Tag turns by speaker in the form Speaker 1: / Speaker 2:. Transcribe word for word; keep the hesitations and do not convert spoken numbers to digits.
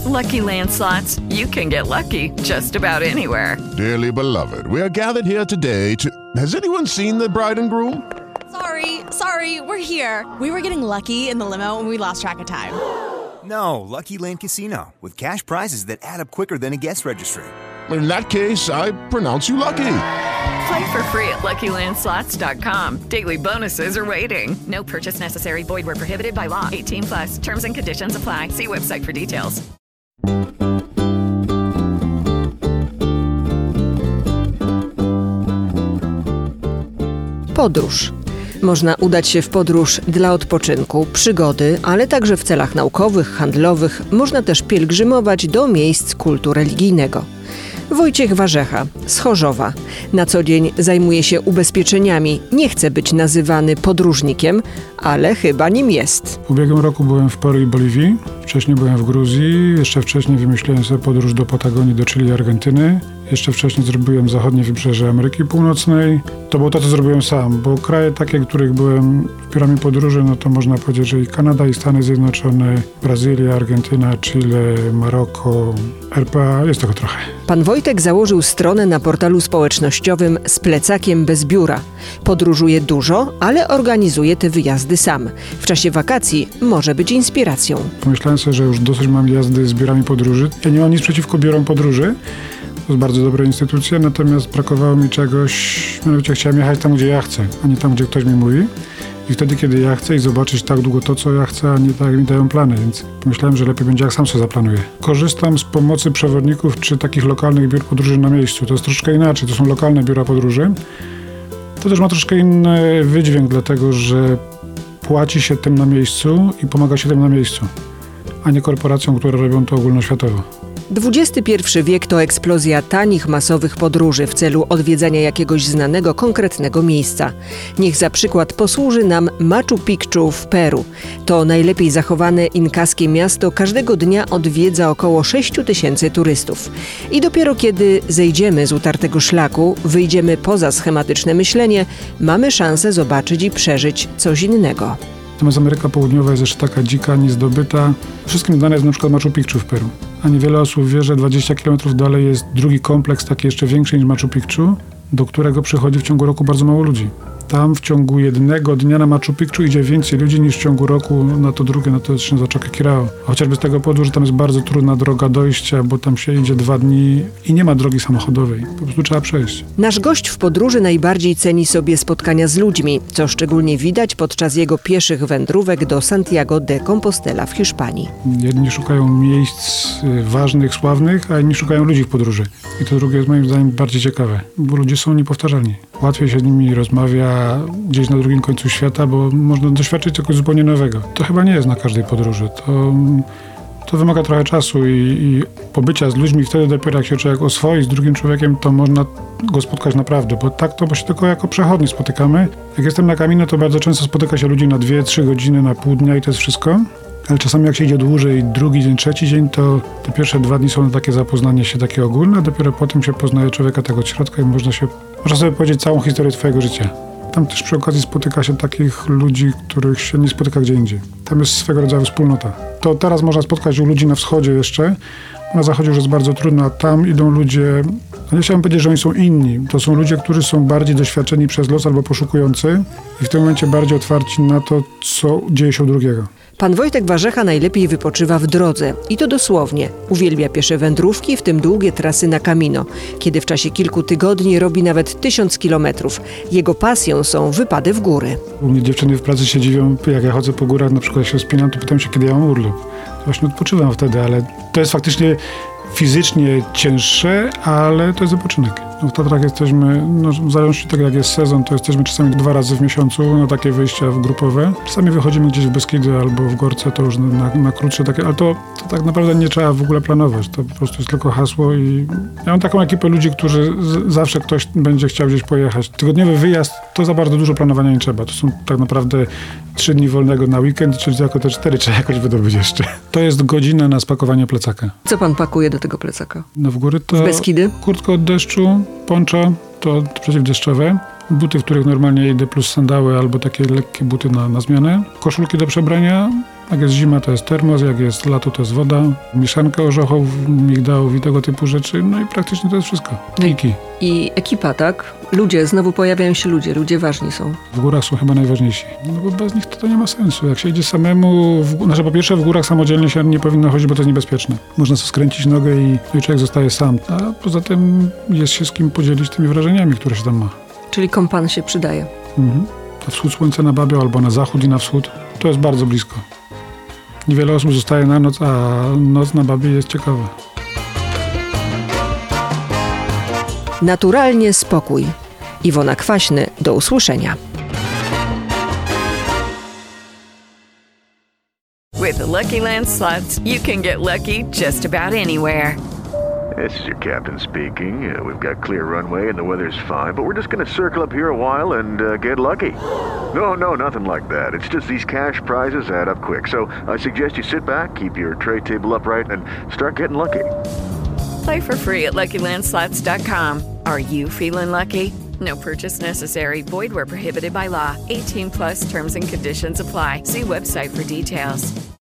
Speaker 1: Lucky Land Slots, you can get lucky just about anywhere.
Speaker 2: Dearly beloved, we are gathered here today to... Has anyone seen the bride and groom?
Speaker 3: Sorry, sorry, we're here. We were getting lucky in the limo and we lost track of time.
Speaker 4: No, Lucky Land Casino, with cash prizes that add up quicker than a guest registry.
Speaker 2: In that case, I pronounce you lucky.
Speaker 1: Play for free at Lucky Land Slots dot com. Daily bonuses are waiting. No purchase necessary. Void where prohibited by law. eighteen plus. Terms and conditions apply. See website for details.
Speaker 5: Podróż. Można udać się w podróż dla odpoczynku, przygody, ale także w celach naukowych, handlowych. Można też pielgrzymować do miejsc kultu religijnego. Wojciech Warzecha z Chorzowa. Na co dzień zajmuje się ubezpieczeniami. Nie chce być nazywany podróżnikiem, ale chyba nim jest.
Speaker 6: W ubiegłym roku byłem w Peru i Boliwii. Wcześniej byłem w Gruzji. Jeszcze wcześniej wymyśliłem sobie podróż do Patagonii, do Chile i Argentyny. Jeszcze wcześniej zrobiłem zachodnie wybrzeże Ameryki Północnej. To było to, co zrobiłem sam, bo kraje takie, których byłem w pióramie podróży, no to można powiedzieć, że i Kanada, i Stany Zjednoczone, Brazylia, Argentyna, Chile, Maroko, R P A, jest tego trochę.
Speaker 5: Pan Wojtek założył stronę na portalu społecznościowym z plecakiem bez biura. Podróżuje dużo, ale organizuje te wyjazdy sam. W czasie wakacji może być inspiracją.
Speaker 6: Pomyślałem sobie, że już dosyć mam jazdy z biurami podróży. Ja nie mam nic przeciwko biurom podróży. To jest bardzo dobra instytucja, natomiast brakowało mi czegoś, mianowicie chciałem jechać tam, gdzie ja chcę, a nie tam, gdzie ktoś mi mówi. I wtedy, kiedy ja chcę i zobaczyć tak długo to, co ja chcę, a nie tak, jak mi dają plany, więc pomyślałem, że lepiej będzie, jak sam sobie zaplanuję. Korzystam z pomocy przewodników czy takich lokalnych biur podróży na miejscu. To jest troszkę inaczej, to są lokalne biura podróży. To też ma troszkę inny wydźwięk, dlatego że płaci się tym na miejscu i pomaga się tym na miejscu, a nie korporacjom, które robią to ogólnoświatowo.
Speaker 5: dwudziesty pierwszy wiek to eksplozja tanich, masowych podróży w celu odwiedzania jakiegoś znanego, konkretnego miejsca. Niech za przykład posłuży nam Machu Picchu w Peru. To najlepiej zachowane inkaskie miasto każdego dnia odwiedza około sześć tysięcy turystów. I dopiero kiedy zejdziemy z utartego szlaku, wyjdziemy poza schematyczne myślenie, mamy szansę zobaczyć i przeżyć coś innego.
Speaker 6: Natomiast Ameryka Południowa jest jeszcze taka dzika, niezdobyta. Wszystkim znane jest na przykład Machu Picchu w Peru. A niewiele osób wie, że dwadzieścia kilometrów dalej jest drugi kompleks, taki jeszcze większy niż Machu Picchu, do którego przychodzi w ciągu roku bardzo mało ludzi. Tam w ciągu jednego dnia na Machu Picchu idzie więcej ludzi niż w ciągu roku na to drugie, na to się nazywa Choqquequirao. Chociażby z tego powodu, że tam jest bardzo trudna droga dojścia, bo tam się idzie dwa dni i nie ma drogi samochodowej. Po prostu trzeba przejść.
Speaker 5: Nasz gość w podróży najbardziej ceni sobie spotkania z ludźmi, co szczególnie widać podczas jego pieszych wędrówek do Santiago de Compostela w Hiszpanii.
Speaker 6: Jedni szukają miejsc ważnych, sławnych, a inni szukają ludzi w podróży. I to drugie jest moim zdaniem bardziej ciekawe, bo ludzie są niepowtarzalni. Łatwiej się z nimi rozmawia gdzieś na drugim końcu świata, bo można doświadczyć czegoś zupełnie nowego. To chyba nie jest na każdej podróży. To, to wymaga trochę czasu i, i pobycia z ludźmi. Wtedy dopiero jak się człowiek oswoi z drugim człowiekiem, to można go spotkać naprawdę, bo tak to bo się tylko jako przechodni spotykamy. Jak jestem na Camino, to bardzo często spotyka się ludzi na dwie, trzy godziny, na pół dnia i to jest wszystko. Ale czasami jak się idzie dłużej, drugi dzień, trzeci dzień, to te pierwsze dwa dni są na takie zapoznanie się takie ogólne, a dopiero potem się poznaje człowieka tak od środka i można się, można sobie powiedzieć całą historię twojego życia. Tam też przy okazji spotyka się takich ludzi, których się nie spotyka gdzie indziej. Tam jest swego rodzaju wspólnota. To teraz można spotkać u ludzi na wschodzie jeszcze, na zachodzie już jest bardzo trudno, a tam idą ludzie, no nie chciałbym powiedzieć, że oni są inni. To są ludzie, którzy są bardziej doświadczeni przez los albo poszukujący i w tym momencie bardziej otwarci na to, co dzieje się u drugiego.
Speaker 5: Pan Wojtek Warzecha najlepiej wypoczywa w drodze. I to dosłownie. Uwielbia piesze wędrówki, w tym długie trasy na Camino, kiedy w czasie kilku tygodni robi nawet tysiąc kilometrów. Jego pasją są wypady w góry.
Speaker 6: U mnie dziewczyny w pracy się dziwią, jak ja chodzę po górach, na przykład się wspinam, to pytam się, kiedy ja mam urlop. To właśnie odpoczywam wtedy, ale to jest faktycznie fizycznie cięższe, ale to jest wypoczynek. No w Tatrach jesteśmy, no w zależności od tego, jak jest sezon, to jesteśmy czasami dwa razy w miesiącu na takie wyjścia grupowe. Czasami wychodzimy gdzieś w Beskidy albo w Gorce, to już na, na krótsze takie, ale to, to tak naprawdę nie trzeba w ogóle planować. To po prostu jest tylko hasło i ja mam taką ekipę ludzi, którzy z, zawsze ktoś będzie chciał gdzieś pojechać. Tygodniowy wyjazd to za bardzo dużo planowania nie trzeba. To są tak naprawdę trzy dni wolnego na weekend, czyli tylko te cztery trzeba jakoś wydobyć jeszcze. To jest godzina na spakowanie plecaka.
Speaker 5: Co pan pakuje do tego plecaka?
Speaker 6: No w góry to
Speaker 5: w Beskidy?
Speaker 6: Kurtkę od deszczu, poncho, to, to przeciwdeszczowe, buty, w których normalnie idę, plus sandały albo takie lekkie buty na, na zmianę, koszulki do przebrania Jak jest zima, to jest termos, jak jest lato, to jest woda, mieszanka orzechów, migdałów i tego typu rzeczy, no i praktycznie to jest wszystko. Kijki.
Speaker 5: I ekipa, tak? Ludzie, znowu pojawiają się ludzie, ludzie ważni są.
Speaker 6: W górach są chyba najważniejsi, no bo bez nich to, to nie ma sensu. Jak się idzie samemu, w, znaczy po pierwsze w górach samodzielnie się nie powinno chodzić, bo to jest niebezpieczne. Można sobie skręcić nogę i, i człowiek zostaje sam, a poza tym jest się z kim podzielić tymi wrażeniami, które się tam ma.
Speaker 5: Czyli kompan się przydaje.
Speaker 6: Mhm. Na wschód słońca na Babio albo na zachód i na wschód, to jest bardzo blisko. Niewiele osób zostaje na noc, a noc na Babie jest ciekawa.
Speaker 5: Naturalnie spokój. Iwona Kwaśny, do usłyszenia.
Speaker 1: With Lucky Land Slots, you can get lucky just about anywhere.
Speaker 7: This is your captain speaking. Uh, we've got clear runway and the weather's fine, but we're just going to circle up here a while and uh, get lucky. No, no, nothing like that. It's just these cash prizes add up quick. So I suggest you sit back, keep your tray table upright, and start getting lucky.
Speaker 1: Play for free at Lucky Land Slots dot com. Are you feeling lucky? No purchase necessary. Void where prohibited by law. eighteen plus terms and conditions apply. See website for details.